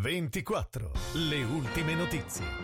24. Le ultime notizie.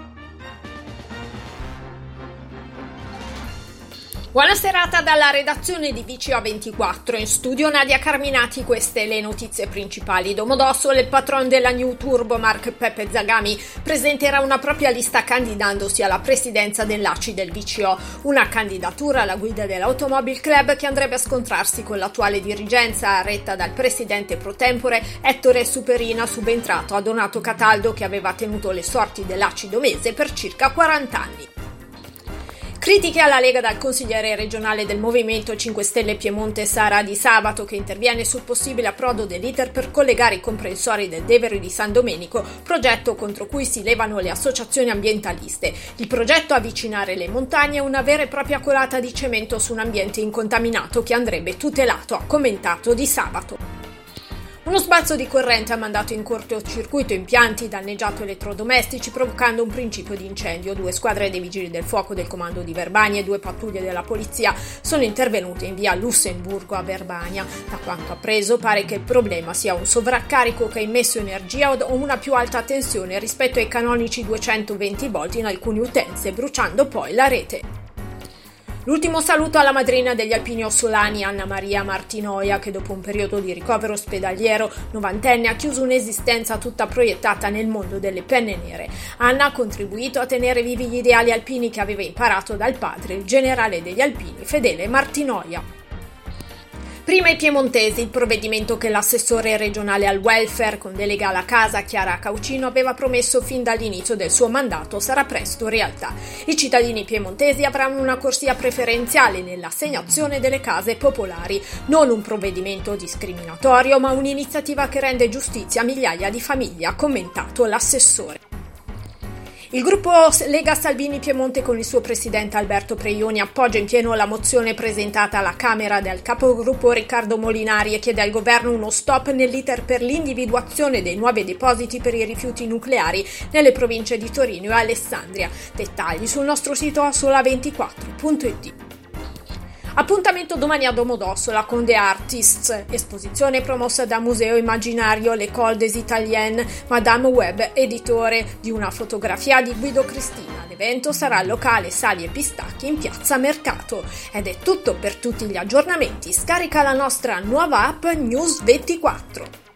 Buona serata dalla redazione di VCO24, in studio Nadia Carminati. Queste le notizie principali. Domodossola, il patron della New Turbo, Mark Peppe Zagami, presenterà una propria lista candidandosi alla presidenza dell'ACI del VCO, una candidatura alla guida dell'Automobile Club che andrebbe a scontrarsi con l'attuale dirigenza retta dal presidente pro tempore Ettore Superina, subentrato a Donato Cataldo, che aveva tenuto le sorti dell'ACI domese per circa 40 anni. Critiche alla Lega dal consigliere regionale del Movimento 5 Stelle Piemonte Sara Di Sabato, che interviene sul possibile approdo dell'iter per collegare i comprensori del Deveri di San Domenico, progetto contro cui si levano le associazioni ambientaliste. Il progetto avvicinare le montagne è una vera e propria colata di cemento su un ambiente incontaminato che andrebbe tutelato, ha commentato Di Sabato. Uno sbalzo di corrente ha mandato in cortocircuito impianti, danneggiato elettrodomestici, provocando un principio di incendio. 2 squadre dei vigili del fuoco del comando di Verbania e 2 pattuglie della polizia sono intervenute in via Lussemburgo a Verbania. Da quanto appreso, pare che il problema sia un sovraccarico che ha immesso energia o una più alta tensione rispetto ai canonici 220 volt in alcune utenze, bruciando poi la rete. L'ultimo saluto alla madrina degli alpini ossolani, Anna Maria Martinoia, che dopo un periodo di ricovero ospedaliero, 90enne, ha chiuso un'esistenza tutta proiettata nel mondo delle penne nere. Anna ha contribuito a tenere vivi gli ideali alpini che aveva imparato dal padre, il generale degli alpini Fedele Martinoia. Prima i piemontesi, il provvedimento che l'assessore regionale al welfare con delega alla casa Chiara Caucino aveva promesso fin dall'inizio del suo mandato sarà presto realtà. I cittadini piemontesi avranno una corsia preferenziale nell'assegnazione delle case popolari, non un provvedimento discriminatorio ma un'iniziativa che rende giustizia a migliaia di famiglie, ha commentato l'assessore. Il gruppo Lega Salvini Piemonte con il suo presidente Alberto Preioni appoggia in pieno la mozione presentata alla Camera dal capogruppo Riccardo Molinari e chiede al governo uno stop nell'iter per l'individuazione dei nuovi depositi per i rifiuti nucleari nelle province di Torino e Alessandria. Dettagli sul nostro sito sola24.it. Appuntamento domani a Domodossola con The Artists, esposizione promossa da Museo Immaginario L'École des Italiennes, Madame Web, editore di una fotografia di Guido Cristina. L'evento sarà al locale Sali e Pistacchi in Piazza Mercato. Ed è tutto per tutti gli aggiornamenti. Scarica la nostra nuova app News 24.